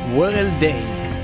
World Day.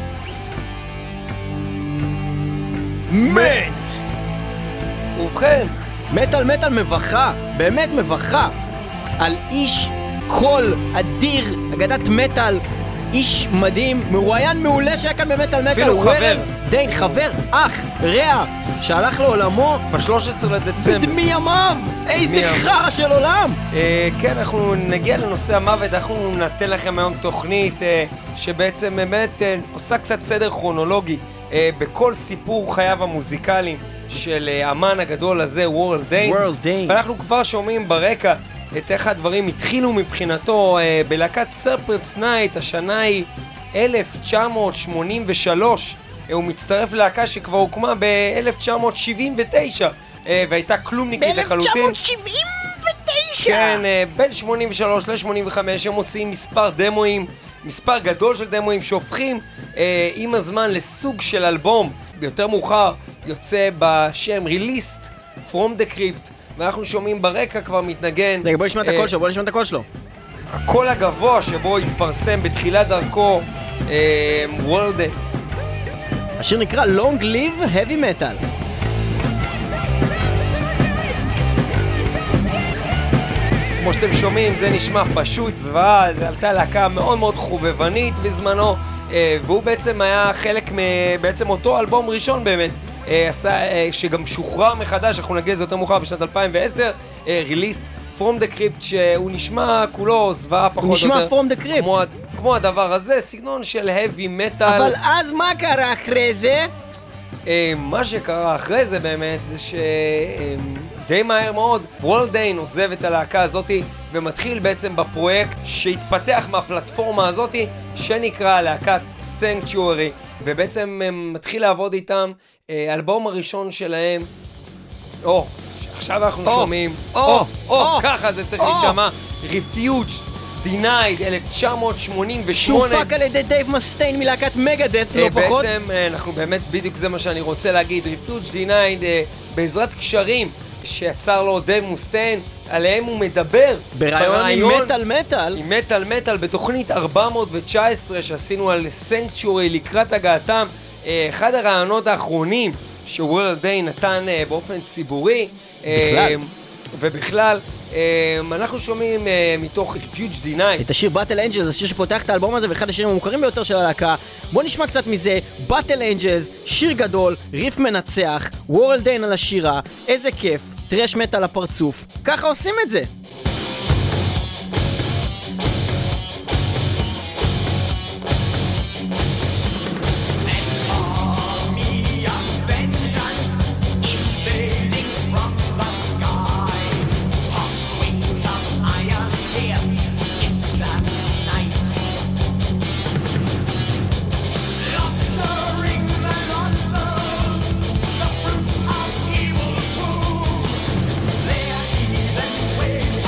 מת! ובכן, מטל מבכה, באמת מבכה, על איש קול אדיר, אגדת מטל, איש מדהים, מרואיין מעולה שהיה כאן במטל. אפילו חבר. דיין, חבר, אח, רע, שהלך לעולמו ב-13 לדצמבר. מימיו! איזה חרא של עולם! כן, אנחנו נגיע לנושא המוות, אנחנו נתן לכם היום תוכנית שבעצם באמת עושה קצת סדר כרונולוגי בכל סיפור חייו המוזיקליים של האמן הגדול הזה, World Day. ואנחנו כבר שומעים ברקע את איך הדברים התחילו מבחינתו בלהקת Serpent's Night. השנה היא 1983. הוא מצטרף ללהקה שכבר הוקמה ב-1979 והייתה כלומניקית לחלוטין. ב-1979! כן, בין 83 ל-85 הם מוציאים מספר דמואים, מספר גדול של דמואים שהופכים עם הזמן לסוג של אלבום. ביותר מאוחר יוצא בשם Released from the Crypt, ואנחנו שומעים ברקע כבר מתנגן. רגע, בוא נשמע את הקול שלו, בוא נשמע את הקול שלו. הקול הגבוה שבו התפרסם בתחילת דרכו World Day. השיר נקרא Long Live Heavy Metal. כמו שאתם שומעים, זה נשמע פשוט זוועה. זה עלתה להקה מאוד מאוד חובבנית בזמנו, והוא בעצם היה חלק בעצם אותו אלבום ראשון באמת, שגם שוחרר מחדש, אנחנו נגיד את זה יותר מאוחר בשנת 2010, Released from the Crypt, שהוא נשמע כולו זוועה פחות או יותר. נשמע From the Crypt. כמו הדבר הזה, סגנון של heavy metal. אבל אז מה קרה אחרי זה? מה שקרה אחרי זה באמת זה די מהר מאוד World Day עוזב את הלהקה הזאתי ומתחיל בעצם בפרויקט שהתפתח מהפלטפורמה הזאתי שנקרא להקת Sanctuary, ובעצם מתחיל לעבוד איתם. האלבום הראשון שלהם, עכשיו אנחנו שומעים, ככה זה צריך להישמע, Refuge Denied 1988. שופק על ידי דייב מסטיין מלהקת מגדט, לא פחות. בעצם אנחנו באמת, בדיוק זה מה שאני רוצה להגיד, Refuge Denied בעזרת קשרים שיצר לו דייב מסטיין, עליהם הוא מדבר ברעיון עם מטל עם מטל בתוכנית 419 שעשינו על Sanctuary לקראת הגעתם. אחד הרעיונות האחרונים ש-World Day נתן באופן ציבורי ובכלל. אנחנו שומעים מתוך Refuge Denied את השיר Battle Angels, השיר שפותח את האלבום הזה ואחד השירים המוכרים ביותר של הלהקה. בוא נשמע קצת מזה. Battle Angels, שיר גדול, ריף מנצח, World Day על השירה, איזה כיף, טרש מת על הפרצוף, ככה עושים את זה. Ways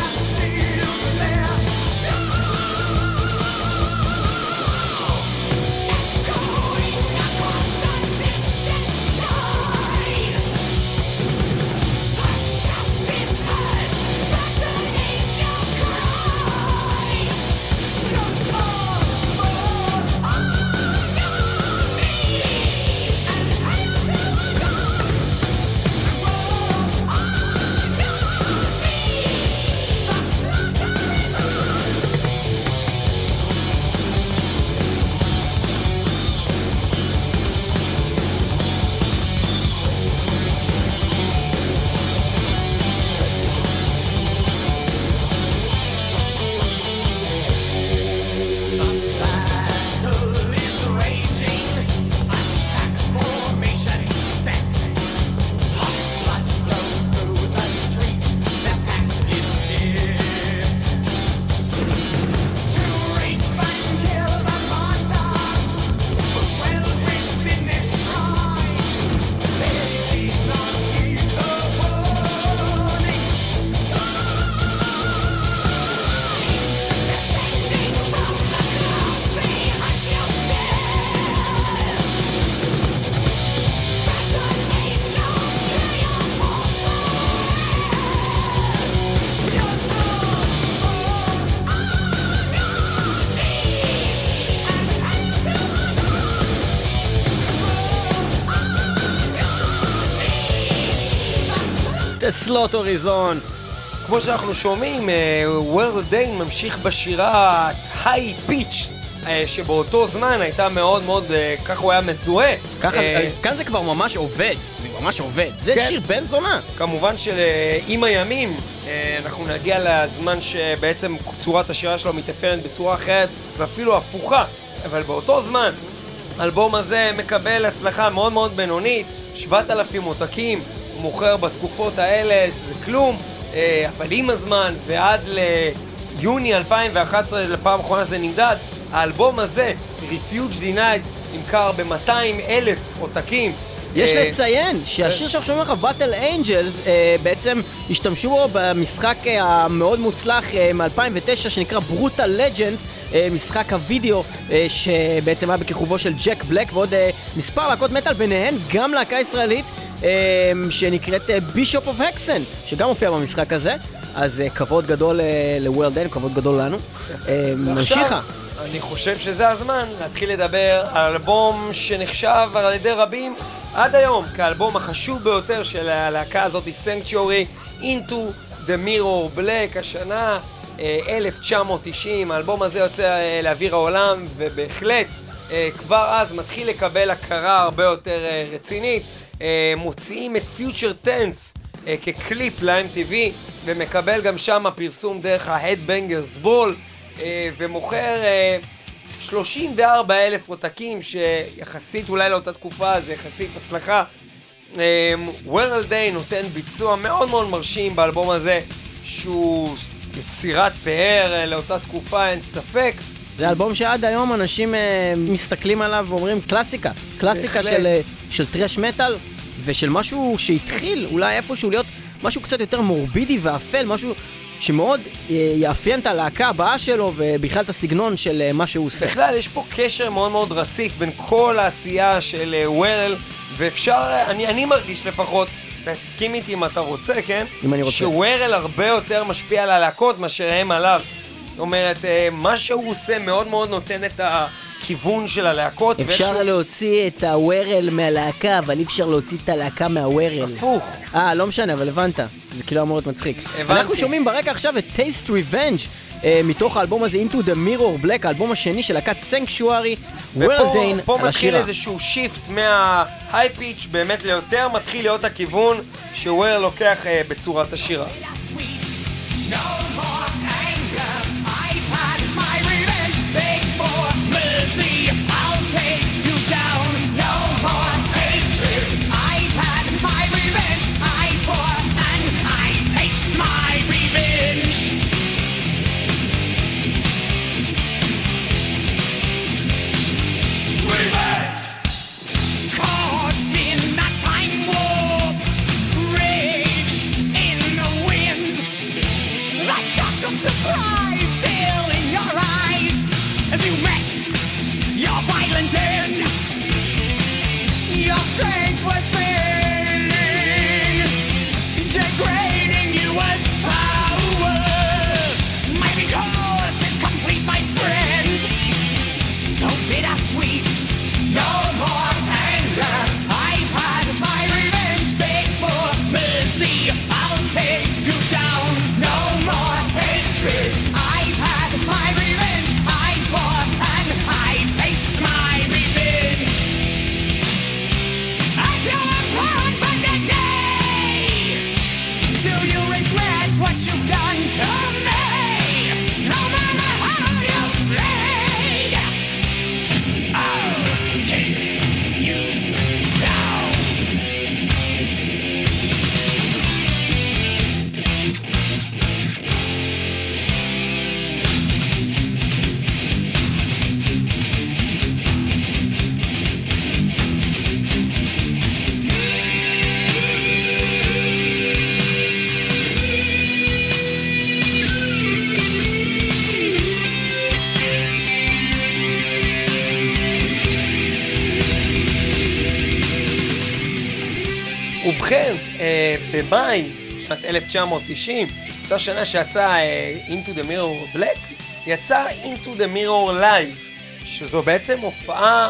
The Slaughter is on. כמו שאנחנו שומעים, World Day ממשיך בשירה היי פיץ' שבאותו זמן הייתה מאוד מאוד, ככה הוא היה מזוהה. כאן זה כבר ממש עובד, זה ממש עובד. זה שיר בן זונה. כמובן שעם הימים אנחנו נגיע לזמן שבעצם צורת השירה שלו מתאפיינת בצורה אחרת ואפילו הפוכה. אבל באותו זמן, האלבום הזה מקבל הצלחה מאוד מאוד בינונית, 7,000 עותקים, הוא מוכר בתקופות האלה שזה כלום. אבל עם הזמן ועד ליוני 2011 לפעם האחרונה זה נמדד, האלבום הזה, Refuge Denied, נמכר ב-200,000 עותקים. יש לציין שהשיר שאנחנו שומעים לך, Battle Angels, בעצם השתמשו בו במשחק המאוד מוצלח מ-2009 שנקרא Brutal Legend, משחק הווידאו שבעצם היה בכיכובו של ג'ק בלק ועוד מספר להקות מטל, ביניהן גם להקה ישראלית שנקראת בישופ אוף הקסן, שגם מופיע במשחק הזה. אז כבוד גדול ל-World Day, כבוד גדול לנו. נמשיכה. אני חושב שזה הזמן להתחיל לדבר על אלבום שנחשב על ידי רבים עד היום כאלבום החשוב ביותר של הלהקה הזאת, Sanctuary, Into the Mirror Black, השנה 1990. האלבום הזה יוצא לאוויר העולם, ובהחלט כבר אז מתחיל לקבל הכרה הרבה יותר רצינית. מוציאים את Future Tense כקליפ ל-MTV, ומקבל גם שם פרסום דרך ה-Headbangers Ball, ומוכר 34,000 עותקים, שיחסית אולי לאותה תקופה זה יחסית הצלחה. World Day נותן ביצוע מאוד מאוד מרשים באלבום הזה, שהוא יצירת פאר לאותה תקופה, אין ספק. זה אלבום שעד היום אנשים מסתכלים עליו ואומרים קלאסיקה, קלאסיקה של טרש מטל, ושל משהו שהתחיל אולי איפשהו להיות משהו קצת יותר מורבידי ואפל, משהו שמאוד יאפיין את הלהקה הבאה שלו ובכלל את הסגנון של מה שהוא עושה. בכלל יש פה קשר מאוד מאוד רציף בין כל העשייה של ווירל, ואפשר, אני מרגיש לפחות, תסכים איתי אם אתה רוצה, כן? אם אני רוצה. שווירל הרבה יותר משפיע על הלהקות מאשר הם עליו. זאת אומרת, מה שהוא עושה מאוד מאוד נותן את הכיוון של הלהקות. אפשר להוציא את הווירל מהלהקה, אבל אי אפשר להוציא את הלהקה מהווירל. הפוך. לא משנה, אבל הבנת. זה כאילו אמור להיות מצחיק. אנחנו שומעים ברקע עכשיו את Taste Revenge, מתוך האלבום הזה Into the Mirror Black, האלבום השני של להקת Sanctuary, World Day, פה מתחיל איזשהו שיפט מה-high pitch באמת ליותר, מתחיל להיות הכיוון שווירל לוקח בצורת השירה. Surprise still in your eyes as you met your violent end. Your strength was failing, degrading you as power. My recourse is complete, my friend. So bittersweet, no more anger. I've had my revenge, beg for mercy. I'll take you down. No more hatred. I've had my revenge. I fought and I taste my revenge. As you upon the day, do you regret what you've done to me? No matter how you've played, I'll take you down. ובכן, במאי שנת 1990, אותה שנה שיצא Into the Mirror Black, יצא Into the Mirror Live, שזו בעצם הופעה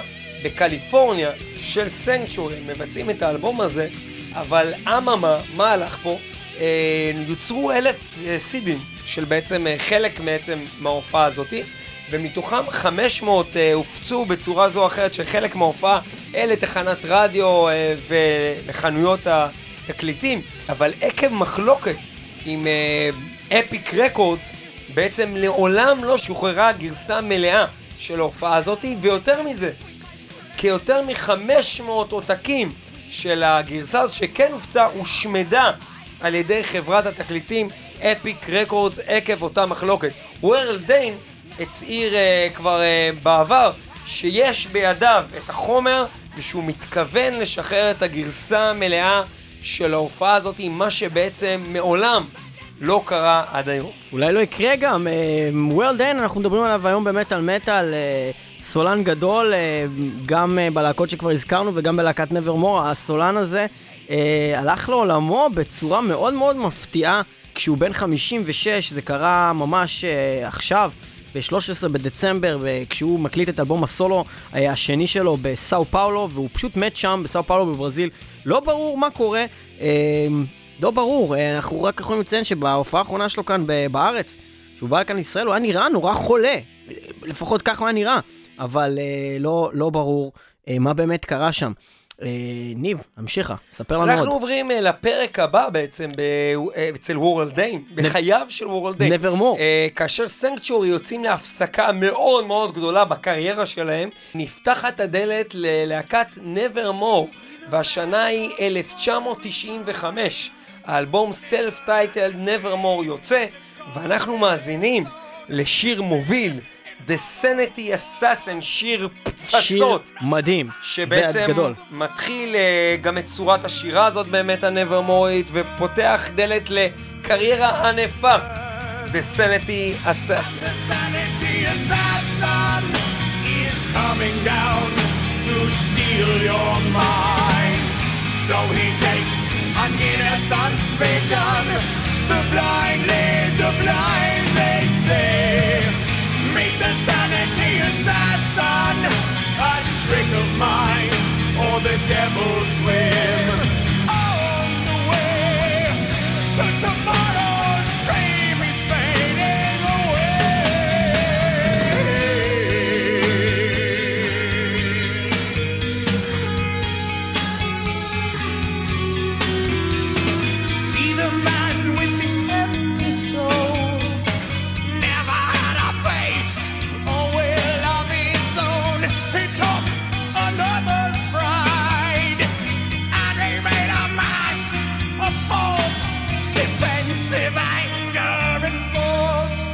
בקליפורניה של Sanctuary. מבצעים את האלבום הזה, אבל אממה, מה הלך פה? יוצרו 1,000 סידים של בעצם חלק מההופעה הזאת, ומתוכם 500 הופצו בצורה זו או אחרת של חלק מההופעה לתחנת רדיו ולחנויות התקליטים, אבל עקב מחלוקת עם אפיק רקורדס בעצם לעולם לא שוחררה גרסה מלאה של ההופעה הזאת, ויותר מזה, כיותר מ-500 עותקים של הגרסה הזאת שכן הופצה הושמדה על ידי חברת התקליטים אפיק רקורדס עקב אותה מחלוקת. וורל דיין הצהיר כבר בעבר שיש בידיו את החומר ושהוא מתכוון לשחרר את הגרסה המלאה של ההופעה הזאת, מה שבעצם מעולם לא קרה עד היום. אולי לא יקרה גם. וורל דיין, אנחנו מדברים עליו היום במטל מטל, סולן גדול, גם בלהקות שכבר הזכרנו וגם בלהקת נברמור. הסולן הזה הלך לעולמו בצורה מאוד מאוד מפתיעה כשהוא בן 56, זה קרה ממש עכשיו, ב-13 בדצמבר, כשהוא מקליט את אלבום הסולו השני שלו בסאו פאולו, והוא פשוט מת שם בסאו פאולו בברזיל. לא ברור מה קורה, לא ברור, אנחנו רק יכולים לציין שבהופעה האחרונה שלו כאן בארץ, שהוא בא לכאן לישראל, הוא היה נראה נורא חולה, לפחות כך הוא היה נראה, אבל לא ברור מה באמת קרה שם. ניב, המשיכה, ספר לנו עוד. אנחנו עוברים לפרק הבא בעצם אצל וורל דיין, בחייו של וורל דיין. נברמור. כאשר סנקצ'ורי יוצאים להפסקה מאוד מאוד גדולה בקריירה שלהם, נפתחת הדלת ללהקת נברמור, והשנה היא 1995. האלבום Self-Titled Nevermore יוצא, ואנחנו מאזינים לשיר מוביל, The Sanity Assassin, שיר פצצות. שיר מדהים, שבעצם גדול. מתחיל גם את צורת השירה הזאת באמת הנברמורית, ופותח דלת לקריירה ענפה. The Sanity Assassin. The sanity assassin is coming down to steal your mind. So he takes an innocent vision. The blind lead the blind, they say. Make the sanity assassin a trick of mine, or the devil's whim. On the way to tomorrow's dream is fading away. See the man with the empty soul, never had a face or will of his own. He took another's pride and he made a mask of false defensive anger and false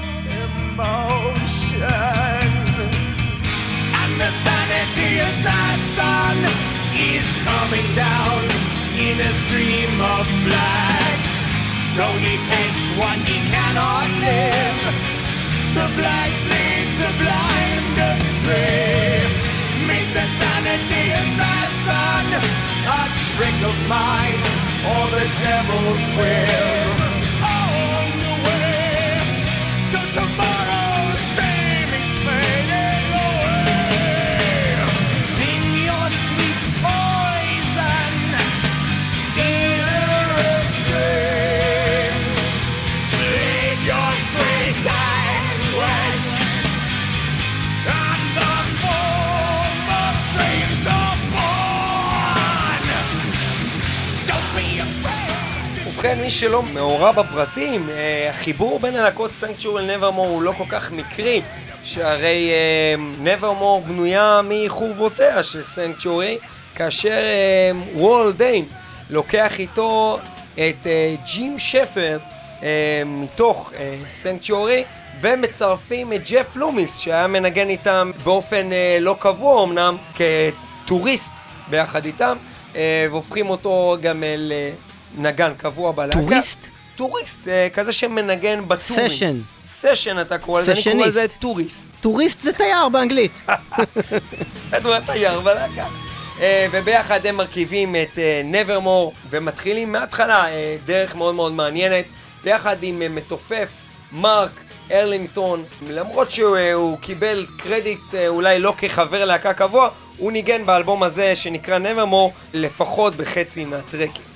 emotion. And the sanity assassin is coming down in a stream of black. So he takes one he cannot live. The black leads the blind astray. Make the sanity assassin a trick of mine, or the devil's will. On the way to tomorrow's dream is fading away. Sing your sweet poison, stealer of dreams. Lead your sweet anguish and the form of dreams of born. Don't be afraid. ובכן, מי שלא מעורב בפרטים, החיבור בין הלהקות סנקצ'ורי לנברמור הוא לא כל כך מקרי, שהרי נברמור בנויה מחורבותיה של סנקצ'ורי, כאשר וורל דיין לוקח איתו את ג'ים שפרד מתוך סנקצ'ורי, ומצרפים את ג'ף לומיס שהיה מנגן איתם באופן לא קבוע אמנם, כטוריסט ביחד איתם, והופכים אותו גם לנגן קבוע בלהקה. טוריסט? טוריסט, כזה שמנגן בטורים. סשן. סשן אתה קורא לזה, אני קורא לזה טוריסט. טוריסט זה תייר באנגלית. אתה תייר בלהקה. וביחד הם מרכיבים את נברמור, ומתחילים מההתחלה דרך מאוד מאוד מעניינת, ביחד עם מתופף מרק ארלינגטון. למרות שהוא קיבל קרדיט אולי לא כחבר להקה קבוע, הוא ניגן באלבום הזה שנקרא נברמור לפחות בחצי מהטרקים.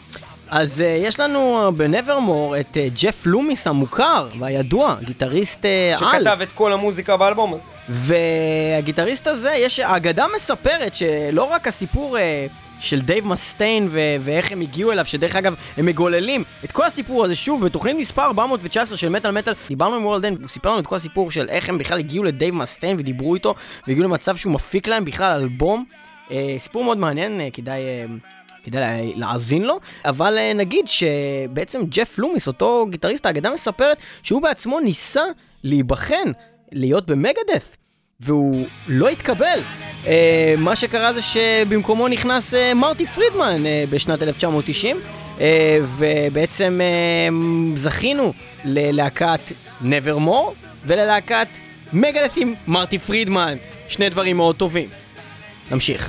אז יש לנו בנברמור את ג'ף לומיס המוכר והידוע, גיטריסט על. שכתב את כל המוזיקה באלבום הזה. והגיטריסט הזה, האגדה מספרת שלא רק הסיפור של דייב מסטיין ואיך הם הגיעו אליו, שדרך אגב הם מגוללים את כל הסיפור הזה שוב בתוכנית מספר 419 של מטל מטל. דיברנו עם וורל דיין, הוא סיפר לנו את כל הסיפור של איך הם בכלל הגיעו לדייב מסטיין ודיברו איתו והגיעו למצב שהוא מפיק להם בכלל אלבום. סיפור מאוד מעניין, כדאי להאזין לו, אבל נגיד שבעצם ג'ף לומיס, אותו גיטריסט, האגדה מספרת שהוא בעצמו ניסה להיבחן להיות במגדeth, והוא לא התקבל. מה שקרה זה שבמקומו נכנס מרטי פרידמן בשנת 1990, ובעצם זכינו ללהקת נברמור וללהקת מגדeth עם מרטי פרידמן, שני דברים מאוד טובים. נמשיך.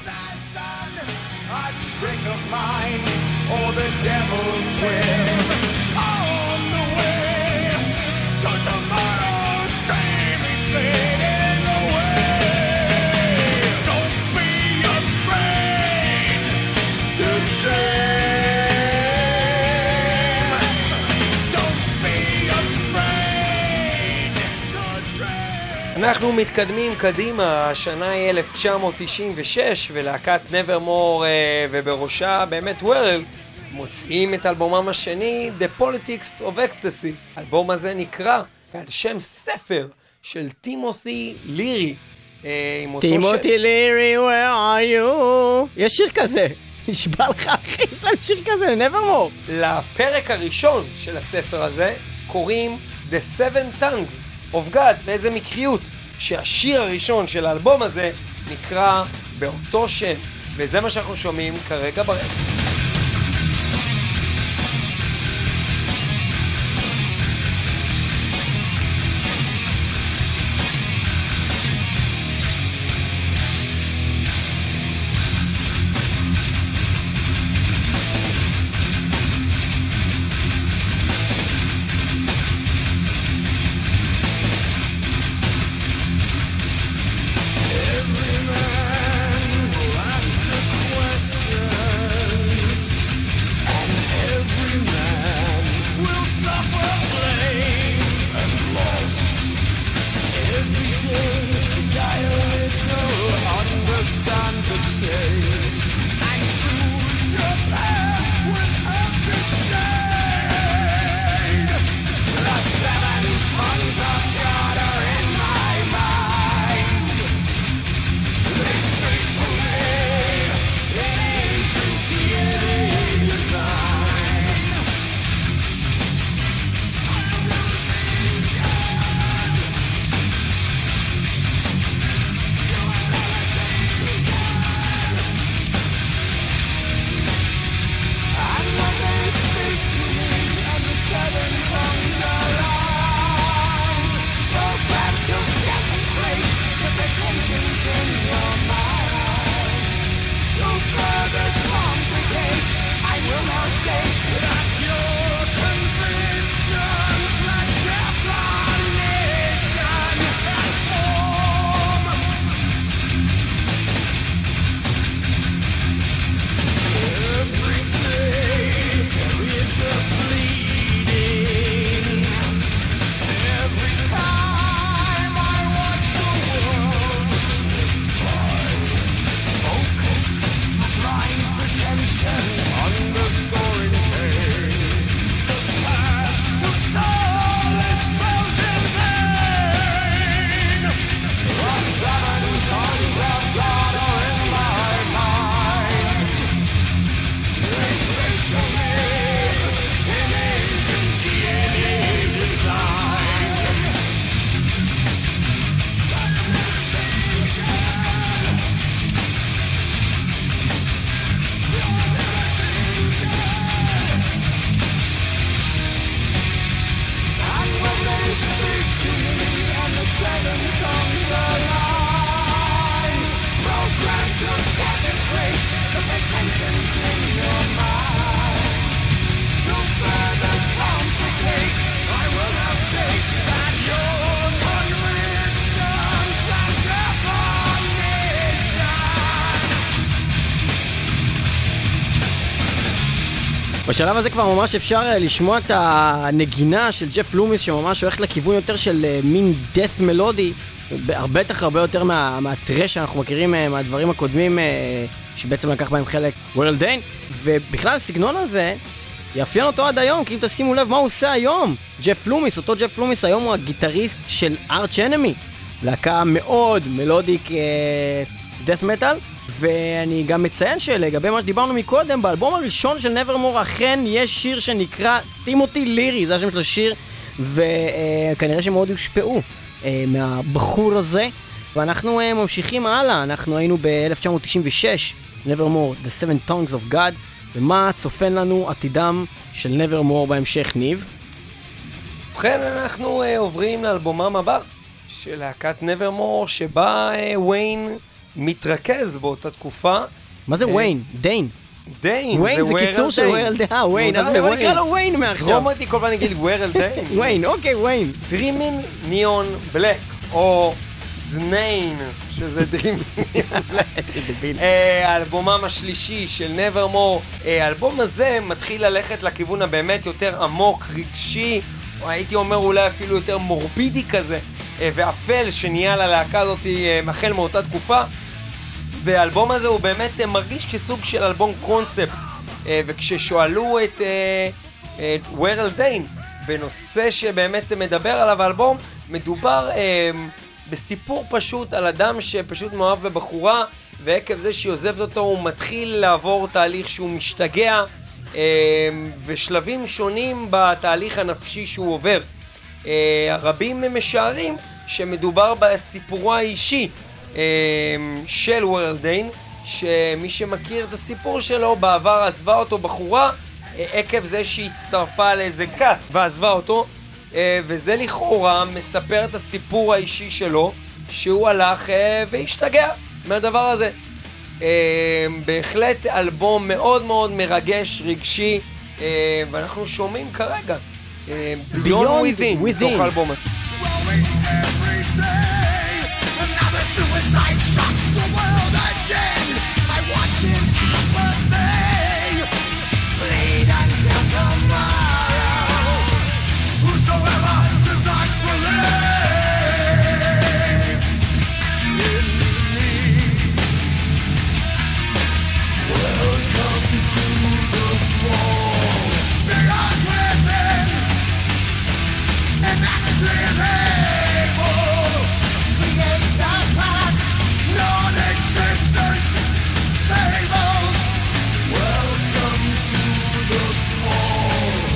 Trick of mine, or the devil's will. On the way to tomorrow's dreaming fading away. Don't be afraid to dream. Don't be afraid to dream. אנחנו מתקדמים קדימה, השנה היא 1996, ולהקת נברמור ובראשה באמת וורל מוצאים את אלבומם השני, The Politics of Ecstasy. האלבום הזה נקרא על שם ספר של טימותי לירי. טימותי לירי, where are you? יש שיר כזה, נשבע לך אחי, יש להם שיר כזה, נברמור. לפרק הראשון של הספר הזה קוראים The Seven Tongues of God, באיזה מקריות שהשיר הראשון של האלבום הזה נקרא באותו שם, וזה מה שאנחנו שומעים כרגע ברקע. Every man will ask a question. בשלב הזה כבר ממש אפשר לשמוע את הנגינה של ג'ף לומיס, שממש הולכת לכיוון יותר של מין death מלודי, בטח הרבה יותר מהטרש שאנחנו מכירים מהדברים הקודמים, שבעצם לקח בהם חלק וורל דיין, ובכלל הסגנון הזה יאפיין אותו עד היום, כי אם תשימו לב מה הוא עושה היום, ג'ף לומיס, אותו ג'ף לומיס היום הוא הגיטריסט של ארץ' אנמי, להקה מאוד מלודיק death metal, ואני גם מציין שלגבי מה שדיברנו מקודם, באלבום הראשון של Nevermore אכן יש שיר שנקרא טימותי לירי, זה השם של השיר, וכנראה שמאוד יושפעו מהבחור הזה, ואנחנו ממשיכים הלאה. אנחנו היינו ב-1996, Nevermore, The Seven Tongues of God, ומה צופן לנו עתידם של Nevermore בהמשך, ניב? ובכן, אנחנו עוברים לאלבומם הבא של להקת Nevermore, שבה וויין מתרכז באותה תקופה. מה זה וויין? דיין. דיין, וויין זה קיצור של וורל דיין. וויין, אז בוא נקרא לו וויין מעכשיו. זרום אותי כל פעם נגיד וורל דיין. וויין, אוקיי, וויין. Dreaming Neon Black, או דניין, שזה Dreaming Neon Black. האלבומם השלישי של Nevermore. האלבום הזה מתחיל ללכת לכיוון הבאמת יותר עמוק, רגשי, או הייתי אומר אולי אפילו יותר מורבידי כזה, ואפל שנהיה ללהקה הזאת החל מאותה תקופה. והאלבום הזה הוא באמת מרגיש כסוג של אלבום קונספט, וכששואלו את וורל דיין בנושא שבאמת מדבר עליו האלבום, מדובר בסיפור פשוט על אדם שפשוט מאוהב בבחורה, ועקב זה שהיא עוזבת אותו הוא מתחיל לעבור תהליך שהוא משתגע, ושלבים שונים בתהליך הנפשי שהוא עובר. רבים משערים שמדובר בסיפורו האישי של וורל דיין, שמי שמכיר את הסיפור שלו, בעבר עזבה אותו בחורה עקב זה שהיא הצטרפה לאיזה כת ועזבה אותו, וזה לכאורה מספר את הסיפור האישי שלו, שהוא הלך והשתגע מהדבר הזה. בהחלט אלבום מאוד מאוד מרגש, רגשי, ואנחנו שומעים כרגע Beyond Within, תוך האלבום הזה. Suicide shocks the world again. I watch in apathy, bleed until tomorrow. Whosoever does not believe in me, welcome to the fall. Beyond within, and active evil creates the past. Non-existent fables. Welcome to the fall.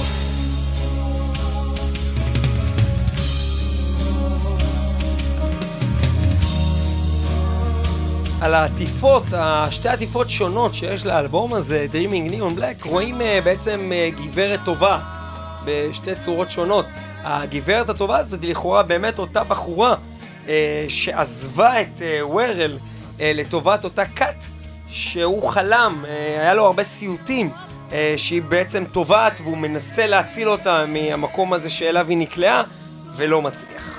על העטיפות, שתי עטיפות שונות שיש לאלבום הזה, Dreaming Neon Black, רואים בעצם גברת טובעת בשתי צורות שונות. הגברת הטובעת הזאת לכאורה באמת אותה בחורה שעזבה את וורל לטובת אותה כת שהוא חלם, היה לו הרבה סיוטים שהיא בעצם טובעת, והוא מנסה להציל אותה מהמקום הזה שאליו היא נקלעה ולא מצליח.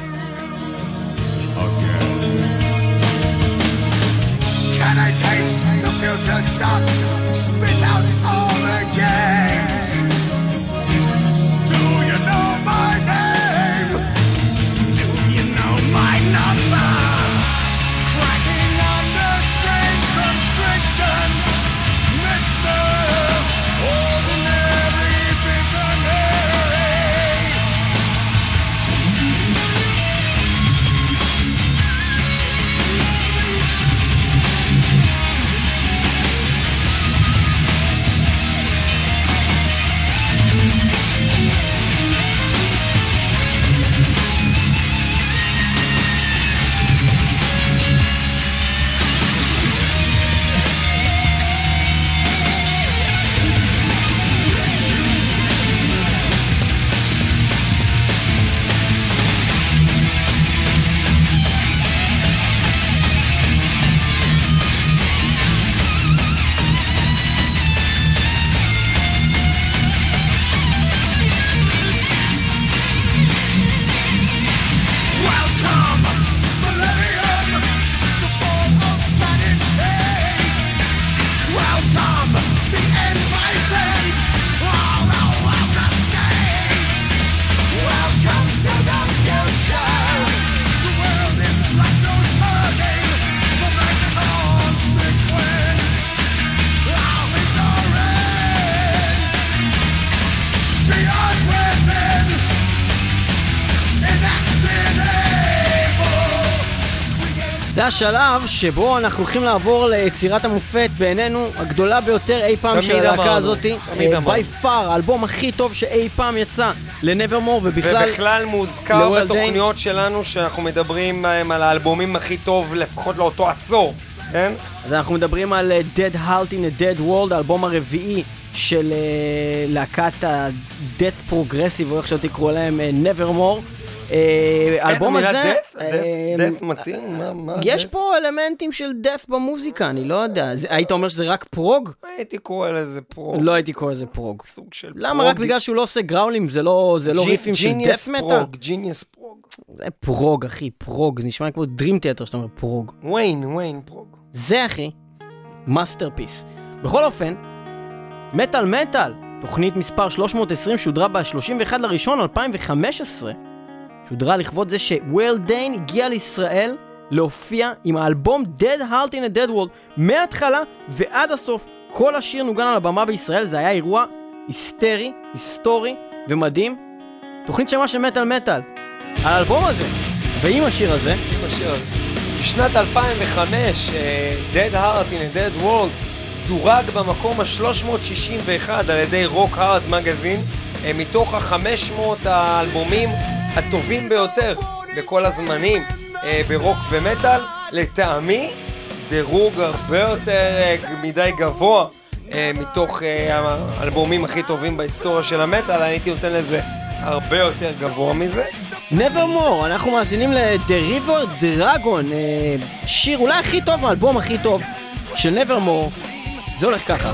Can I taste the future shock? Spit out all the games. Do you know my name? Do you know my number? Cracking under strange constrictions, Mr. Ordinary Visionary. זה השלב שבו אנחנו הולכים לעבור ליצירת המופת בעינינו הגדולה ביותר אי פעם של הלהקה הזאת. by far, האלבום הכי טוב שאי פעם יצא לנברמור ובכלל מוזכר בתוכניות שלנו שאנחנו מדברים על האלבומים הכי טוב לפחות לאותו עשור, כן? אז אנחנו מדברים על Dead Heart in a Dead World, האלבום הרביעי של להקת ה-Death Progressive או איך שתקראו להם, Nevermore. האלבום הזה death מתאים? יש פה אלמנטים של death במוזיקה, אני לא יודע. היית אומר שזה רק פרוג? הייתי קורא לזה פרוג. לא הייתי קורא לזה פרוג. סוג של פרוג. למה? רק בגלל שהוא לא עושה גראולים, זה לא ריפים של death metal? ג'יניוס פרוג. זה פרוג, אחי, פרוג. זה נשמע כמו Dream Theater שאתה אומר פרוג. וויין פרוג. זה, אחי, מאסטרפיס. בכל אופן, מטל, תוכנית מספר 320 שודרה ב-31/1/2015. שודרה לכבוד זה שוויל דיין הגיע לישראל להופיע עם האלבום Dead Heart in a Dead World מההתחלה ועד הסוף. כל השיר נוגן על הבמה בישראל, זה היה אירוע היסטרי, היסטורי ומדהים. תוכנית שמה של מטל, על האלבום הזה ועם השיר הזה. בשנת 2005 Dead Heart in a Dead World דורג במקום ה-361 על ידי רוק הארד מגזין מתוך ה-500 האלבומים הטובים ביותר בכל הזמנים ברוק ומטל. לטעמי דירוג הרבה יותר מדי גבוה מתוך האלבומים הכי טובים בהיסטוריה של המטל. אני הייתי נותן לזה הרבה יותר גבוה מזה. Nevermore, אנחנו מאזינים ל-The River Dragon, שיר אולי הכי טוב, האלבום הכי טוב של Nevermore. זה הולך ככה.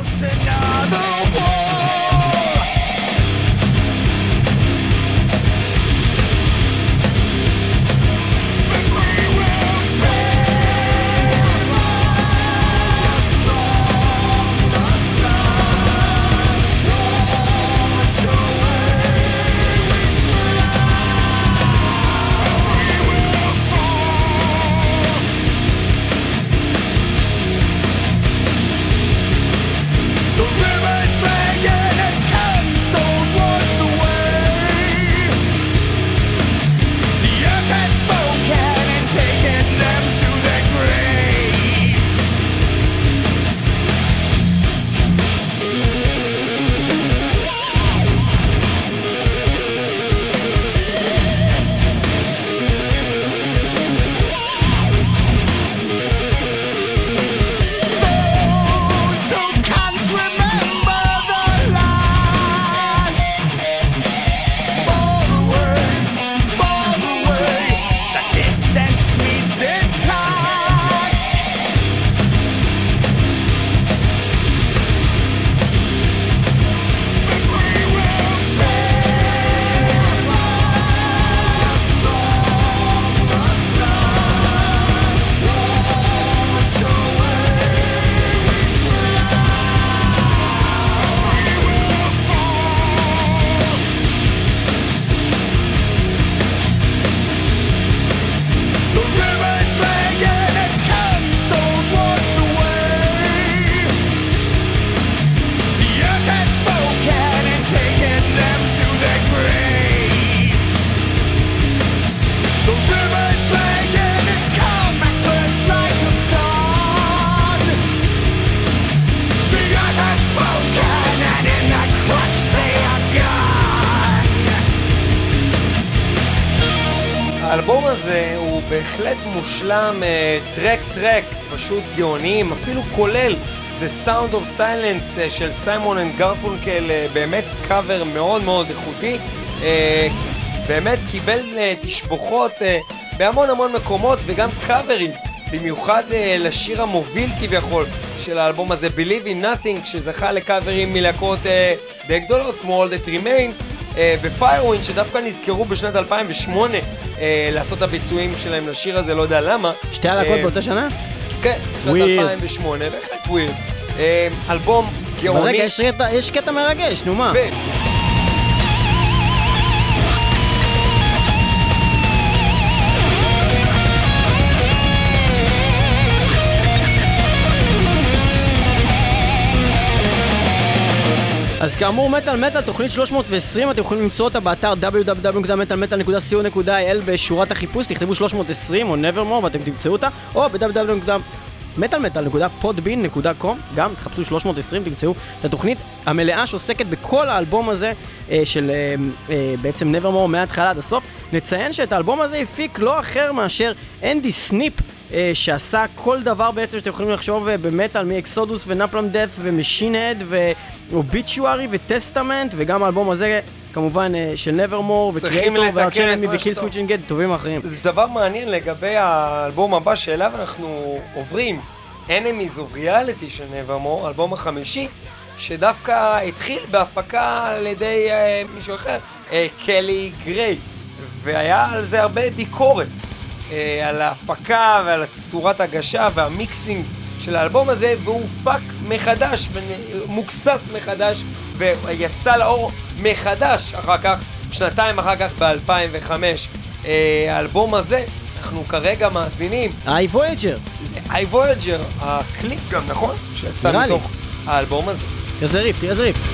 האלבום הזה הוא בהחלט מושלם, טרק, פשוט גאוניים, אפילו כולל The Sound of Silence של סיימון אנד גרפונקל, באמת קאבר מאוד מאוד איכותי, באמת קיבל תשבחות בהמון מקומות וגם קאברים, במיוחד לשיר המוביל כביכול של האלבום הזה, Believe in Nothing, שזכה לקאברים מלהקות די גדולות כמו All That Remains ו-Firewind, שדווקא נזכרו בשנת 2008 לעשות הביצועים שלהם לשיר הזה, לא יודע למה. שתי הלהקות באותה שנה? כן, בשנת 2008, בהחלט ווירד. אלבום גאוני. רגע, יש קטע מרגש, נו מה? אז כאמור, מטל, תוכנית 320, אתם יכולים למצוא אותה באתר www.metalmetal.co.il בשורת החיפוש, תכתבו 320 או Nevermore ואתם תמצאו אותה, או www.metalmetal.podbean.com, גם תחפשו 320, תמצאו את התוכנית המלאה שעוסקת בכל האלבום הזה של בעצם Nevermore מההתחלה עד הסוף. נציין שאת האלבום הזה הפיק לא אחר מאשר אנדי סניפ, שעשה כל דבר בעצם שאתם יכולים לחשוב במטל, מאקסודוס ונפלם דאט ומשין הד ואוביצ'וארי וטסטמנט, וגם האלבום הזה כמובן של נברמור וקריאטור וארצ'נמי וקיל סוויצ'ינג דטובים אחרים. זה דבר מעניין לגבי האלבום הבא שאליו אנחנו עוברים, Enemies of Reality של נברמור, האלבום החמישי, שדווקא התחיל בהפקה על ידי מישהו אחר, קלי גריי, והיה על זה הרבה ביקורת. על ההפקה ועל צורת הגשה והמיקסינג של האלבום הזה, והוא הופק מחדש, מוקסס מחדש, ויצא לאור מחדש אחר כך, שנתיים אחר כך ב-2005. האלבום הזה, אנחנו כרגע מאזינים I Voyager, הקליפ גם, נכון? שיצא מתוך האלבום הזה. תראה זה ריף.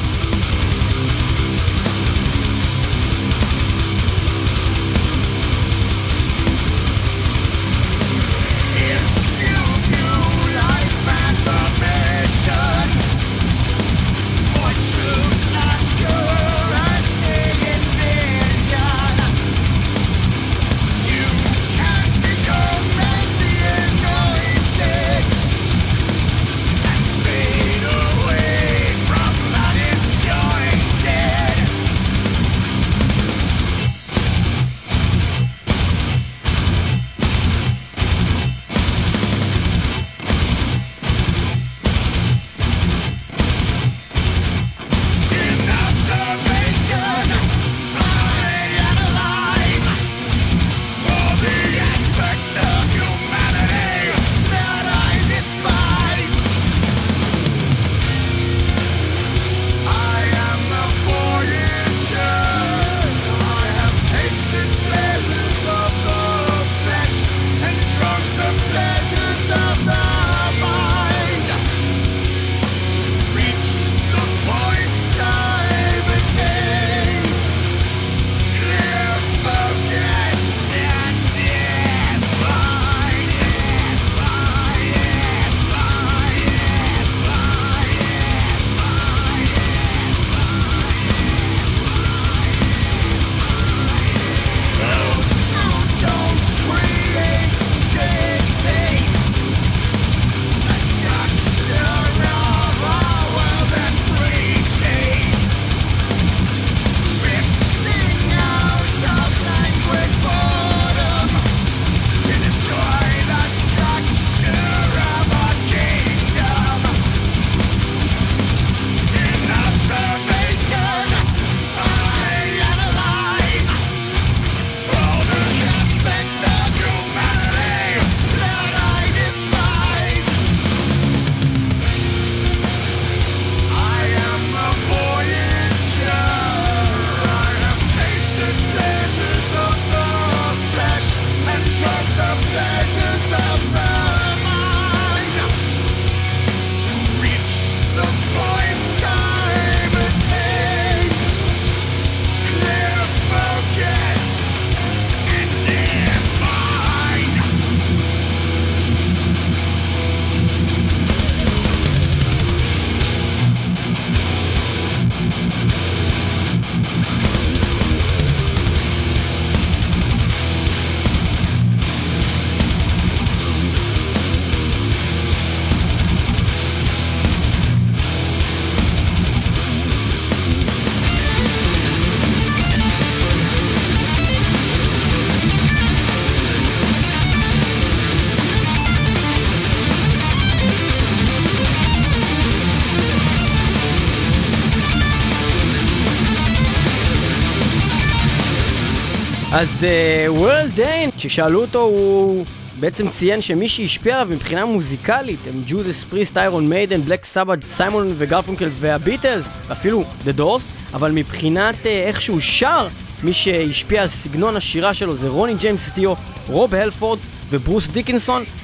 אז World Dane, כששאלו אותו, הוא בעצם ציין שמי שהשפיע עליו מבחינה מוזיקלית הם ג'ודס פריסט, איירון מיידן, בלק סבאת', סיימון וגרפונקל והביטלס, אפילו The Doors, אבל מבחינת איך שהוא שר, מי שהשפיע על סגנון השירה שלו זה רוני ג'יימס דיו, רוב הלפורד וברוס דיקנסון,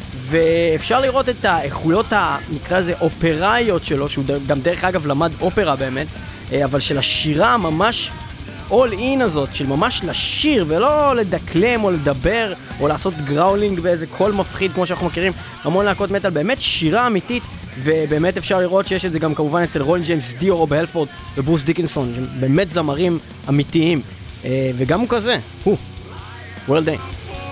ואפשר לראות את האיכויות, נקרא לזה אופראיות שלו, שהוא גם דרך אגב למד אופרה באמת, אבל של השירה ממש all in הזאת, של ממש לשיר ולא לדקלם או לדבר או לעשות גראולינג באיזה קול מפחיד כמו שאנחנו מכירים המון להקות מטל, באמת שירה אמיתית, ובאמת אפשר לראות שיש את זה גם כמובן אצל רול ג'יימס דיו, רוב הלפורד וברוס דיקנסון, שהם באמת זמרים אמיתיים, וגם הוא כזה, הוא וורלד דיין.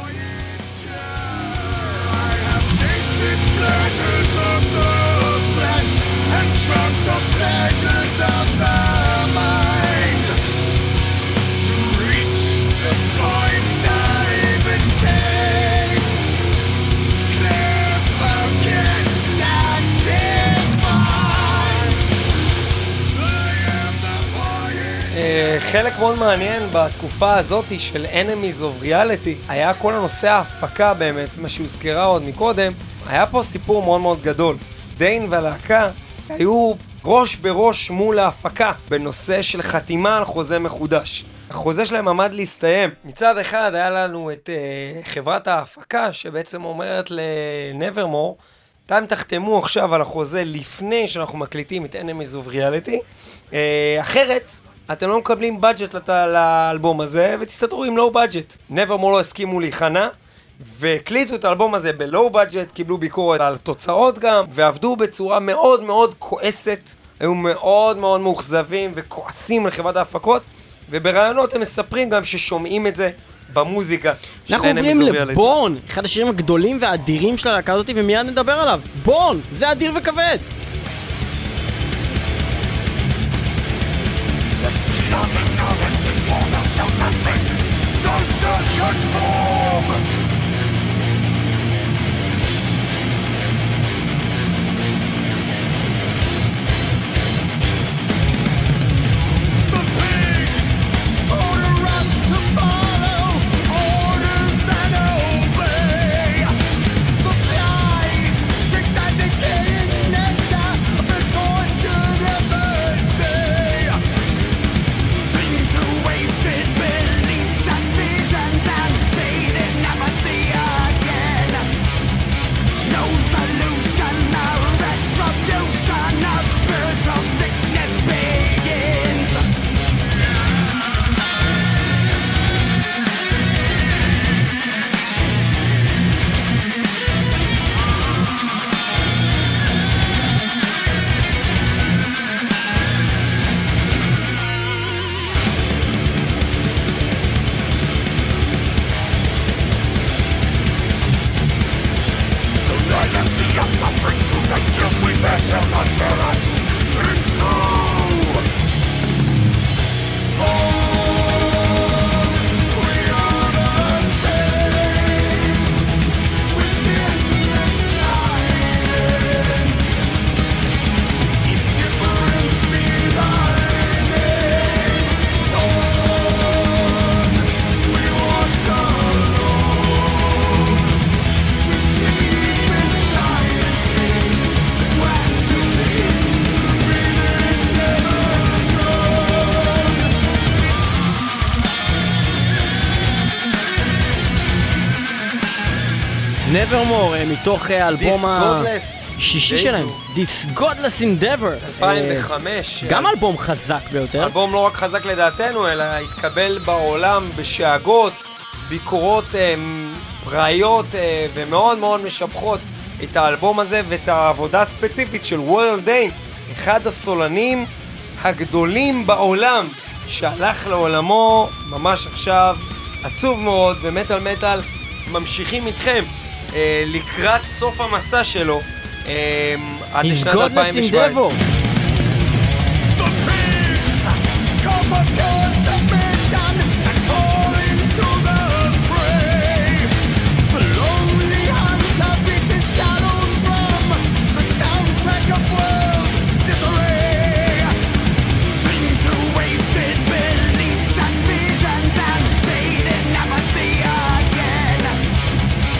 Pleasures of the flesh and drunk the pleasures of the mind to reach the point I even take clear focused and divine. I am the void. חלק מאוד מעניין בתקופה הזאת של Enemies of Reality היה כל הנושא ההפקה באמת, מה שהוזכרה עוד מקודם. היה פה סיפור מאוד מאוד גדול. דיין והלהקה היו ראש בראש מול ההפקה בנושא של חתימה על חוזה מחודש. החוזה שלהם עמד להסתיים. מצד אחד היה לנו את חברת ההפקה שבעצם אומרת לנברמור, אתם תחתמו עכשיו על החוזה לפני שאנחנו מקליטים את Enemies of Reality, אחרת אתם לא מקבלים בדג'ט לאלבום הזה ותסתדרו עם לואו בדג'ט. נברמור לא הסכימו להיכנע והקליטו את האלבום הזה בלואו בדג'ט, קיבלו ביקורת על תוצאות גם, ועבדו בצורה מאוד מאוד כועסת, היו מאוד מאוד מאוכזבים וכועסים על חברת ההפקות, וברעיונות הם מספרים גם ששומעים את זה במוזיקה. אנחנו עוברים לבורן, אחד השירים הגדולים והאדירים של הלהקה הזאת, ומיד נדבר עליו. בורן, זה אדיר וכבד. נברמור, מתוך האלבום השישי שלהם, This Godless Endeavor 2005. גם אלבום חזק ביותר. אלבום לא רק חזק לדעתנו, אלא התקבל בעולם בשאגות, ביקורות פראיות ומאוד מאוד משבחות את האלבום הזה ואת העבודה הספציפית של וורל דיין, אחד הסולנים הגדולים בעולם שהלך לעולמו ממש עכשיו. עצוב מאוד, ומטל מטל ממשיכים איתכם לקראת סוף המסע שלו עד לשנת 2017.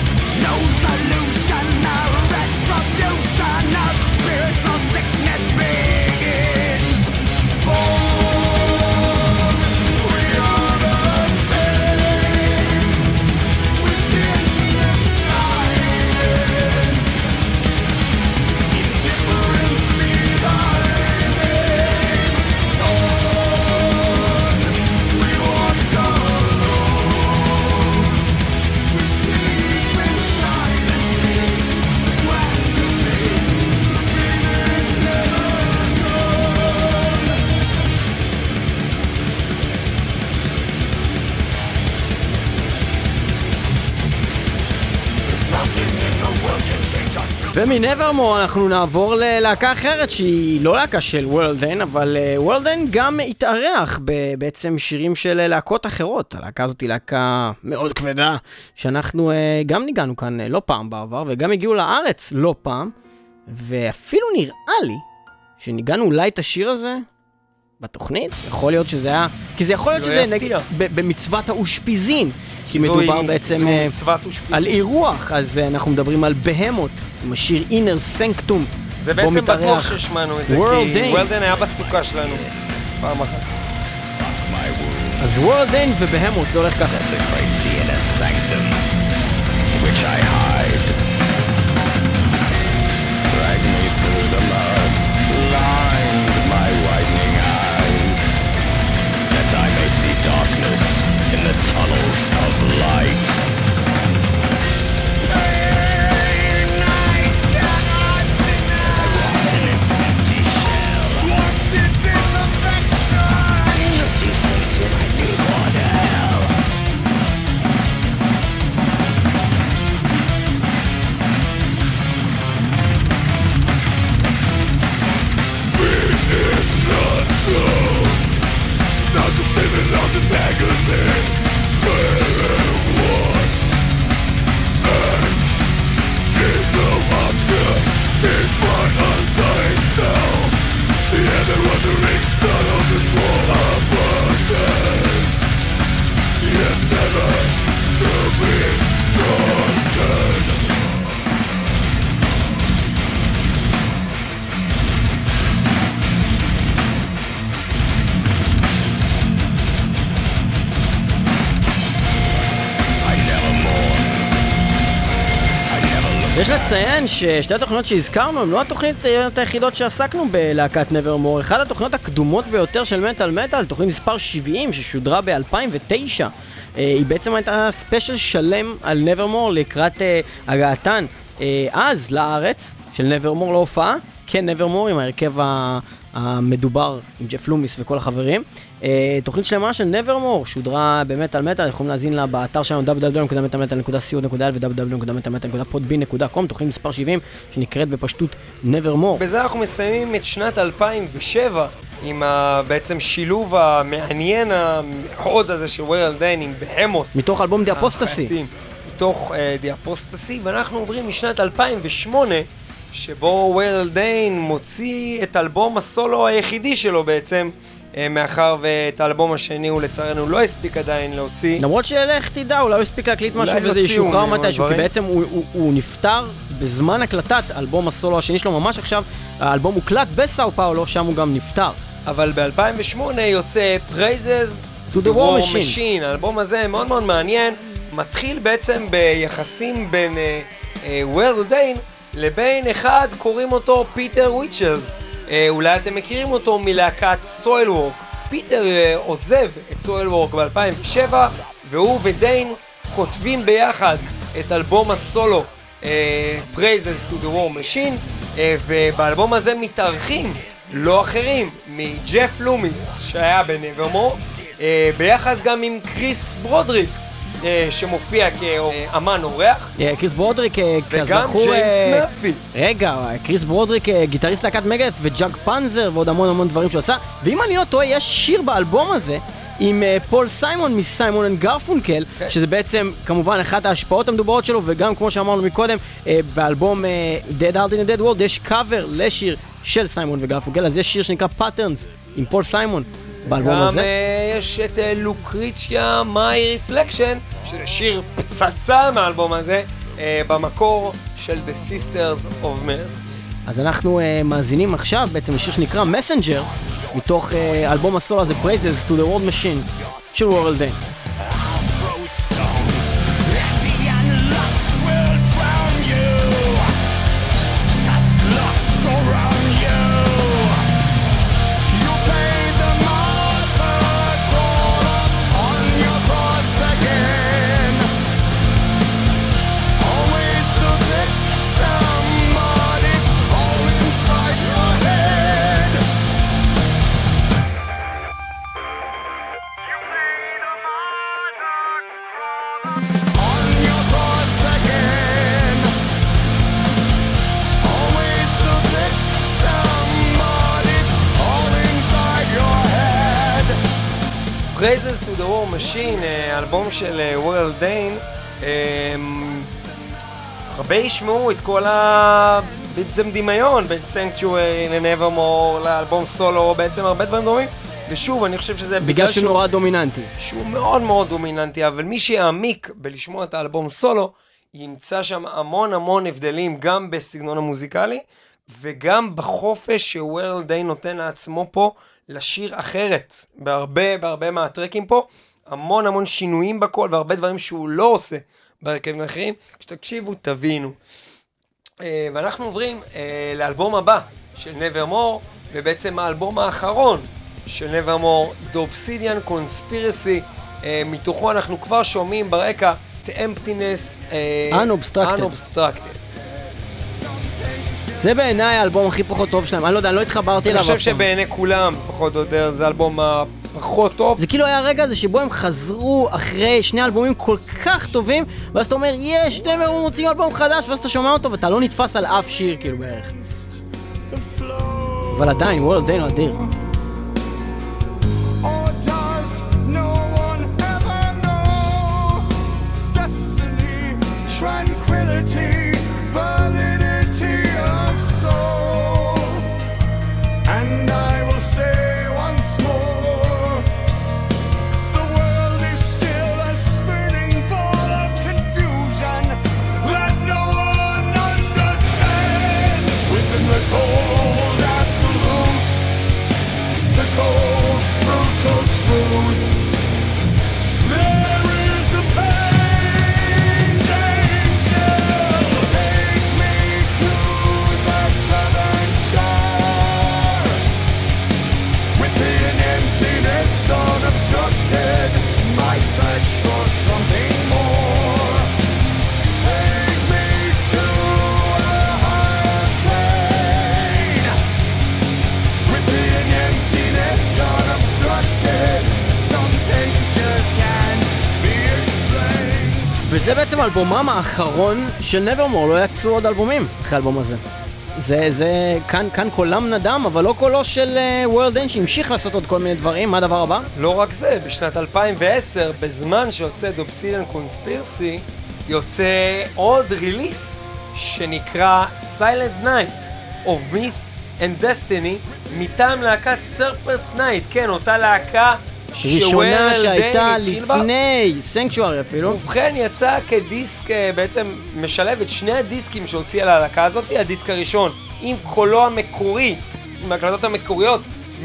Sickness be ומנברמור אנחנו נעבור ללהקה אחרת שהיא לא להקה של וורלדן, אבל וורלדן גם התארח בעצם שירים של להקות אחרות. הלהקה הזאת היא להקה מאוד כבדה, שאנחנו גם ניגענו כאן לא פעם בעבר, וגם הגיעו לארץ לא פעם, ואפילו נראה לי שניגענו אולי את השיר הזה בתוכנית. יכול להיות שזה היה, כי זה יכול להיות שזה במצוות האושפיזין, כי מדובר בעצם על אירוח. אז אנחנו מדברים על בהמות עם השיר Inner Sanctum. זה בעצם בטוח ששמענו את זה, כי וורלדן היה בסוכה שלנו פעם אחת. אז וורלדן ובהמות זה הולך ככה. Darkness in the tunnels of light. יש לציין ששתי התוכניות שהזכרנו הן לא התוכניות היחידות שעסקנו בלהקת נברמור. אחת התוכניות הקדומות ביותר של מטל מטל, תוכנית מספר 70 ששודרה ב-2009, היא בעצם הייתה ספיישל שלם על נברמור לקראת הגעתן אז לארץ של נברמור להופעה. כן, נברמור עם ההרכב המדובר עם ג'ף לומיס וכל החברים. תוכנית שלמה של נברמור שודרה במטל מטל, יכולים להזין לה באתר שלנו www.metalmetal.co.il ו-www.podbean.com, תוכנית מספר 70 שנקראת בפשטות נברמור. בזה אנחנו מסיימים את שנת 2007 עם בעצם שילוב המעניין המאוד הזה של וורלדן עם בהמות מתוך אלבום די אפוסטסי. מתוך די אפוסטסי, ואנחנו עוברים משנת 2008 שבו וורלדן מוציא את אלבום הסולו היחידי שלו בעצם, מאחר ואת האלבום השני הוא לצערנו לא הספיק עדיין להוציא. למרות שלך תדע, אולי הוא הספיק להקליט משהו וזה ישוחרר מתישהו, כי בעצם הוא נפטר בזמן הקלטת אלבום הסולו השני שלו ממש עכשיו. האלבום הוקלט בסאו פאולו, שם הוא גם נפטר. אבל ב-2008 יוצא Praises to the War Machine. האלבום הזה מאוד מאוד מעניין, מתחיל בעצם ביחסים בין וורלדן לבין אחד, קוראים אותו פיטר וויצ'רס. אולי אתם מכירים אותו מלהקת סוילוורק. פיטר עוזב את סוילוורק ב-2007, והוא ודיין כותבים ביחד את אלבום הסולו Praises to the War Machine, ובאלבום הזה מתארחים לא אחרים מג'ף לומיס שהיה בנברמור, ביחד גם עם קריס ברודריק שמופיע כאמן אורח, קריס ברודריק וגם ג'יימס מרפי. רגע, קריס ברודריק גיטריסט להקת מגאס וג'אג פנזר ועוד המון המון דברים שהוא עשה. ואם אני לא טועה, יש שיר באלבום הזה עם פול סיימון מסיימון אנד גרפונקל, שזה בעצם כמובן אחת ההשפעות המדוברות שלו, וגם כמו שאמרנו מקודם, באלבום Dead Art in a Dead World יש קאבר לשיר של סיימון וגרפונקל. אז יש שיר שנקרא Patterns עם פול סיימון באלבום הזה. גם יש את לוקריציה My Reflection, שזה שיר פצצה מהאלבום הזה, במקור של The Sisters of Mercy. אז אנחנו מאזינים עכשיו בעצם לשיר שנקרא Messenger, מתוך אלבום הסולו הזה Praises to the World Machine של וורלדן. Praises to the War Machine, אלבום של World Dane, הרבה ישמעו את כל בעצם דמיון בין Sanctuary ל-Nevermore לאלבום סולו, בעצם הרבה דברים דומים, ושוב אני חושב שזה בגלל שהוא נורא דומיננטי, שהוא מאוד מאוד דומיננטי, אבל מי שיעמיק בלשמוע את האלבום סולו ימצא שם המון הבדלים גם בסגנון המוזיקלי וגם בחופש שוורל דיין נותן לעצמו פה לשיר אחרת בהרבה מהטרקים פה, המון שינויים בכל והרבה דברים שהוא לא עושה בהרכבים האחרים. כשתקשיבו תבינו. ואנחנו עוברים לאלבום הבא של Nevermore, ובעצם האלבום האחרון של Nevermore, The Obsidian Conspiracy, מתוכו אנחנו כבר שומעים ברקע The Emptiness Unobstructed. זה בעיניי האלבום הכי פחות טוב שלהם, אני לא יודע, אני לא התחברתי אליו. אני חושב שבעיני כולם פחות או יותר זה האלבום הפחות טוב. זה כאילו היה הרגע הזה שבו הם חזרו אחרי שני אלבומים כל כך טובים, ואז אתה אומר יש, Nevermore מוצאים אלבום חדש, ואז אתה שומע אותו ואתה לא נתפס על אף שיר כאילו בערך. אבל עדיין, World Dane הוא אדיר. Tranquility, validity of soul, and I will say once more, the world is still a spinning ball of confusion that no one understands. Within the cold absolute, the cold brutal truth, there is a pain. Unobstructed, my search for something more. Take me to a higher plane. Within emptiness unobstructed, some things just can't be explained. וזה בעצם אלבומם האחרון של Nevermore, לא יצאו עוד אלבומים אחרי האלבום הזה. זה כאן קולם נדם, אבל לא קולו של World Dane שהמשיך לעשות עוד כל מיני דברים. מה הדבר הבא? לא רק זה, בשנת 2010, בזמן שיוצא The Obsidian Conspiracy, יוצא עוד ריליס שנקרא Silent Night of Myth and Destiny, מטעם להקת Serpent's Night, כן, אותה להקה ראשונה שהייתה לפני Sanctuary אפילו. ובכן יצא כדיסק, בעצם משלב את שני הדיסקים שהוציאה להלהקה הזאת, הדיסק הראשון עם קולו המקורי, עם ההקלטות המקוריות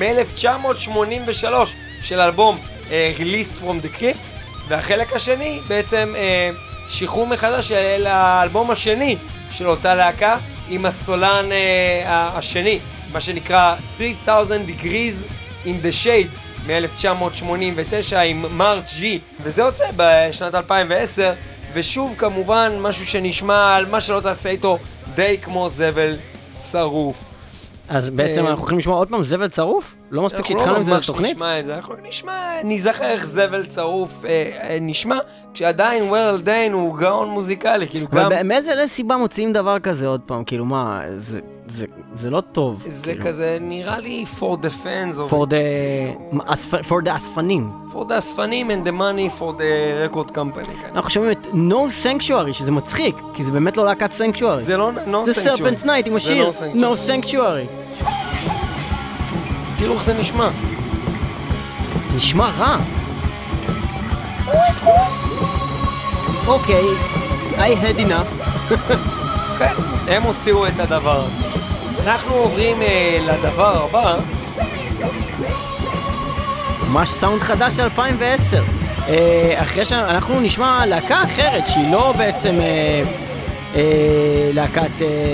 מ-1983 של אלבום Released from the Crypt, והחלק השני בעצם שחרור מחדש של האלבום השני של אותה להקה עם הסולן השני, מה שנקרא 3000 Degrees in the Shade מ-1989 עם מרק ג'י, וזה יוצא בשנת 2010, ושוב כמובן משהו שנשמע על מה שלא תעשה איתו די כמו זבל צרוף. אז בעצם אנחנו יכולים לשמוע עוד פעם זבל צרוף? לא מספיק שהתחלנו עם זה לתוכנית? אנחנו נזכר איך זבל צרוף נשמע, כשעדיין World Dane הוא גאון מוזיקלי, כאילו גם... אבל מאיזה סיבה מוציאים דבר כזה עוד פעם? כאילו מה, זה לא טוב. זה כזה נראה לי for the fans. for the אספנים. for the אספנים and the money for the record company. אנחנו שומעים את No Sanctuary, שזה מצחיק, כי זה באמת לא להקת Sanctuary. זה לא No Sanctuary. זה Serpent's Night עם השיר No Sanctuary. תראו איך זה נשמע. נשמע רע. אוקיי, I had enough. כן, הם הוציאו את הדבר הזה. אנחנו עוברים לדבר הבא. ממש סאונד חדש של 2010. אחרי שאנחנו נשמע להקה אחרת, שהיא לא בעצם להקת...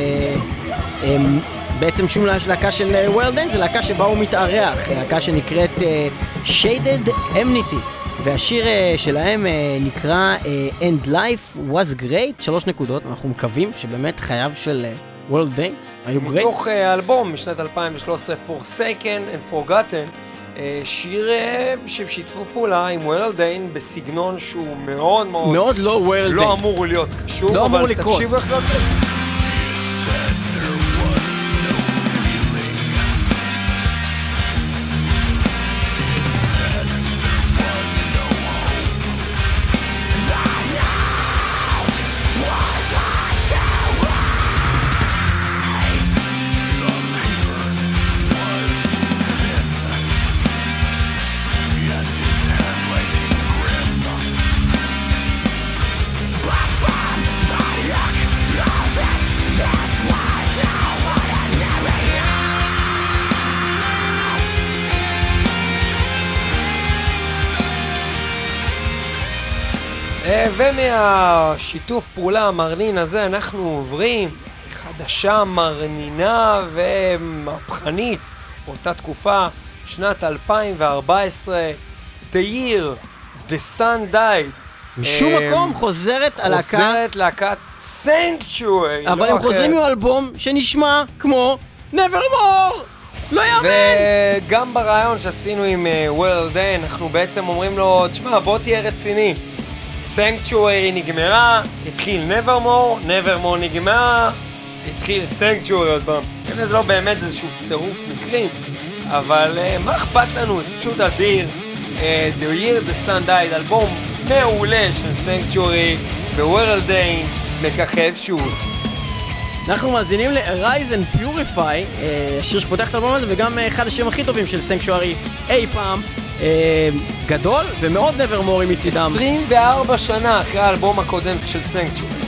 בעצם שום להקה של World Dane, זה להקה שבה הוא מתארח, להקה שנקראת Shaded Amity, והשיר שלהם נקרא End Life Was Great, 3 נקודות, אנחנו מקווים שבאמת חייו של World Dane היו great. מתוך אלבום משנת 2013, Forsaken and Forgotten, שיר ששיתפו פעולה עם World Dane בסגנון שהוא מאוד מאוד... מאוד לא World Dane. לא אמור להיות קשור, לא אמור אבל לקרות. תקשיבו איך זה יוצא. ומהשיתוף פעולה המרנין הזה אנחנו עוברים חדשה מרנינה ומהפכנית באותה תקופה, שנת 2014, The Year The Sun Died. משום מקום חוזרת להקת Sanctuary. אבל הם חוזרים עם אלבום שנשמע כמו Nevermore. לא יאמן. וגם ברעיון שעשינו עם World Day אנחנו בעצם אומרים לו, תשמע, בוא תהיה רציני. Sanctuary נגמרה, התחיל Nevermore, Nevermore נגמרה, התחיל Sanctuary עוד פעם. זה לא באמת איזשהו צירוף מקרים, אבל מה אכפת לנו? זה פשוט אדיר. The Year The Sun Died, אלבום מעולה של Sanctuary, ו-World Day מככב שוב. אנחנו מאזינים ל-Rise and Purify, השיר שפותח את האלבום הזה, וגם אחד השירים הכי טובים של Sanctuary אי פעם. גדול ומאוד Nevermore מצידם. 24 שנה אחרי האלבום הקודם של Sanctuary.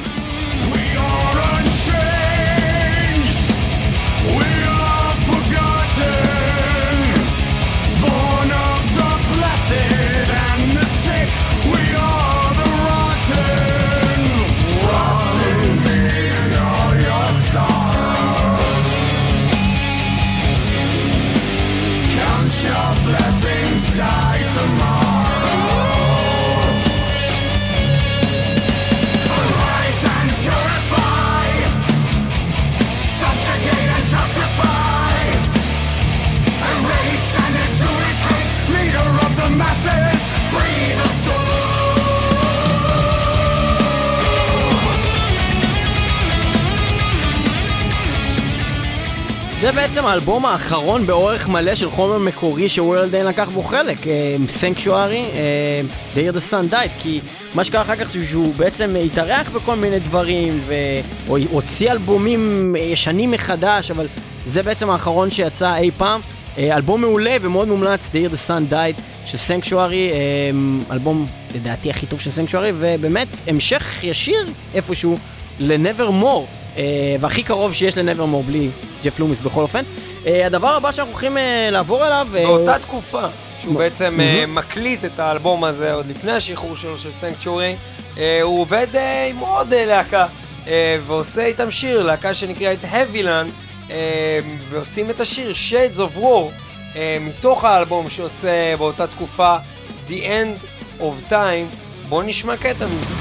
זה בעצם האלבום האחרון באורך מלא של חומר מקורי ש-World Day לקח בו חלק, Sanctuary, The Year The Sun Died, כי מה שקרה אחר כך שהוא בעצם התארח בכל מיני דברים, או הוציא אלבומים ישנים מחדש, אבל זה בעצם האחרון שיצא אי פעם. אלבום מעולה ומאוד מומלץ, The Year The Sun Died של Sanctuary, אלבום לדעתי הכי טוב של Sanctuary, ובאמת המשך ישיר איפשהו ל-Nevermore, והכי קרוב שיש ל-Nevermore בלי ג'ף לומיס בכל אופן. הדבר הבא שאנחנו הולכים לעבור עליו... באותה תקופה שהוא בעצם מקליט את האלבום הזה עוד לפני השחרור שלו של Sanctuary, הוא עובד עם עוד להקה ועושה איתם שיר, להקה שנקראת Heavyland, ועושים את השיר Shades of War מתוך האלבום שיוצא באותה תקופה, The End of Time. בואו נשמע קטע מזה.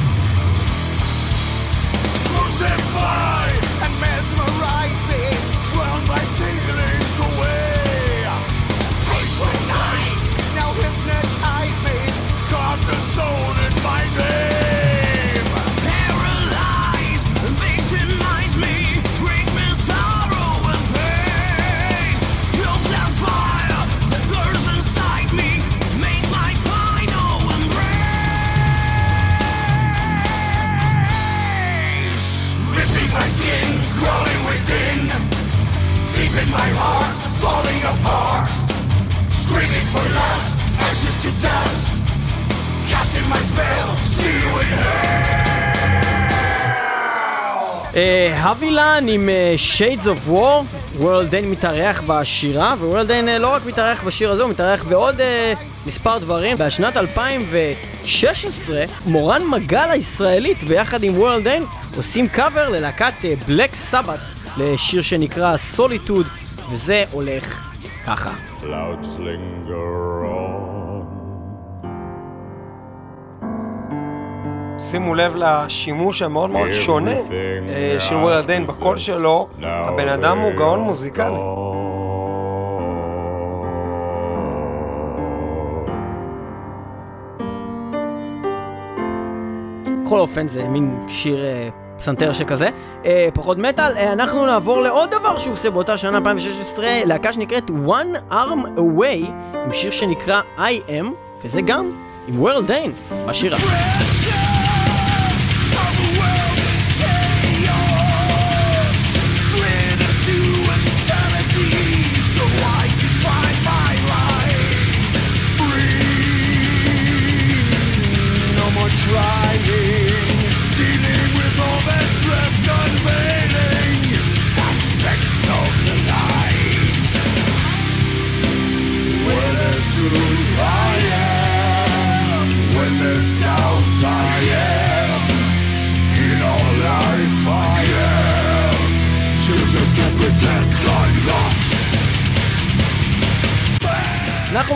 Crucify and mesmerize me, drown my feelings away. Hateful night, now hypnotize me, carve the soul in my name. Paralyze, victimize me, bring me sorrow and pain. Build that fire that burns inside me, make my final embrace. Ripping my skin, crawling within, deep in my heart, falling apart. Screaming for lust, ashes to dust, casting my spell, see you in hell. Heavyland עם Shades of War. World Day מתארח בשירה, ו-World Day לא רק מתארח בשיר הזה, הוא מתארח בעוד מספר דברים. בשנת 2016 מורן מגל הישראלית ביחד עם World Day עושים קאבר ללהקת Black Sabbath לשיר שנקרא Solitude, וזה הולך ככה. Clouds linger on. שימו לב לשימוש המאוד מאוד שונה של World Day בקול שלו. הבן אדם הוא גאון מוזיקלי. בכל אופן זה מין שיר פסנתר שכזה, פחות מטל. אנחנו נעבור לעוד דבר שהוא עושה באותה שנה 2016, להקה שנקראת One Arm Away עם שיר שנקרא I Am, וזה גם עם World Day בשירה. Dealing with all that's left unveiling aspects of the night. Where there's truth I am, when there's doubt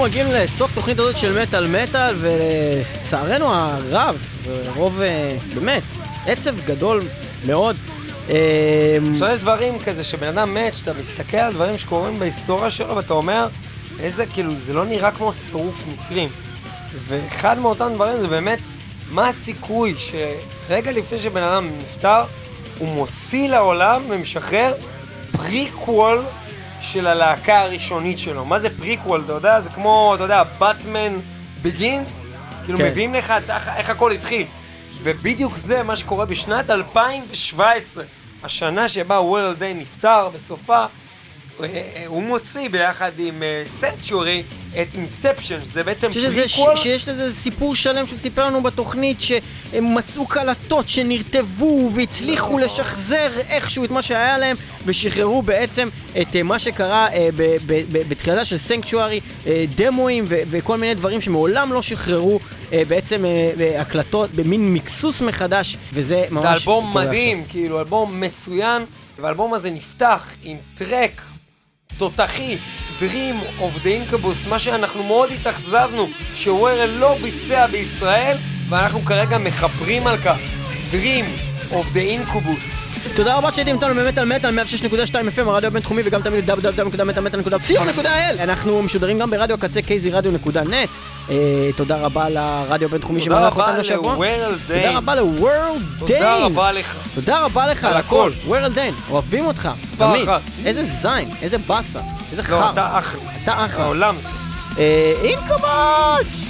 מגיעים לסוף תוכנית הזאת של מטל, ולצערנו הרב, רוב באמת, עצב גדול מאוד. עכשיו יש דברים כזה שבן אדם מת, שאתה מסתכל על דברים שקורים בהיסטוריה שלו, ואתה אומר, איזה, כאילו, זה לא נראה כמו צירוף מקרים. ואחד מאותם דברים זה באמת, מה הסיכוי שרגע לפני שבן אדם נפטר, הוא מוציא לעולם ומשחרר פריקוול של הלהקה הראשונית שלו. מה זה פריקוול, אתה יודע? זה כמו, אתה יודע, באטמן בגינס, כאילו כן. מביאים לך איך הכל התחיל. ובדיוק זה מה שקורה בשנת 2017, השנה שבה World Day נפטר בסופה, הוא מוציא ביחד עם סנצ'ורי את אינספשן, זה בעצם פריקוול. שיש לזה סיפור שלם שהוא סיפר לנו בתוכנית, שהם מצאו קלטות שנרטבו והצליחו לשחזר איכשהו את מה שהיה להם, ושחררו בעצם את מה שקרה בתחילתה של סנקצ'וארי, דמואים וכל מיני דברים שמעולם לא שחררו בעצם הקלטות במין מקסוס מחדש, וזה ממש... זה אלבום מדהים, כאילו אלבום מצוין, והאלבום הזה נפתח עם טרק תותחי, Dream of the Incubus, מה שאנחנו מאוד התאכזבנו שוורל לא ביצע בישראל, ואנחנו כרגע מחברים על כך, Dream of the Incubus. תודה רבה שהייתם איתנו במטל 106.2 FM, הרדיו הבינתחומי, וגם תמיד www.metalmetal.co.il. אנחנו משודרים גם ברדיו הקצה kzradio.net. תודה רבה לרדיו הבינתחומי שמלך אותנו השבוע. תודה רבה ל-World Day. תודה רבה לך. תודה רבה לך על הכל. World Day, אוהבים אותך. ספר אחת. איזה זין, איזה בסה, איזה חר. לא, אתה אחלה. אתה אחלה. העולם. אינקובוס!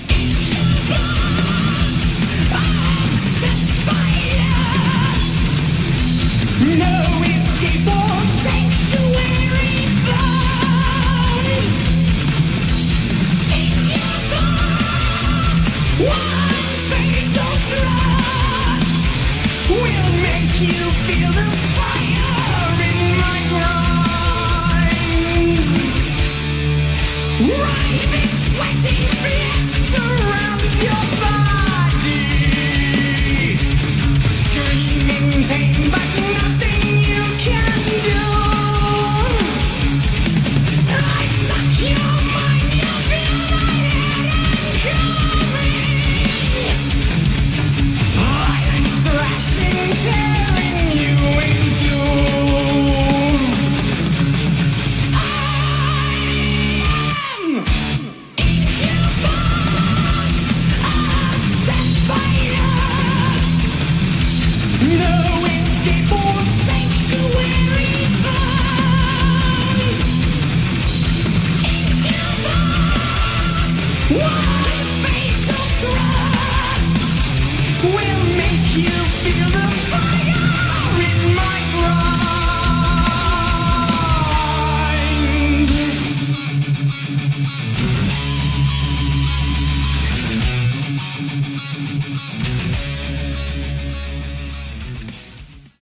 No, we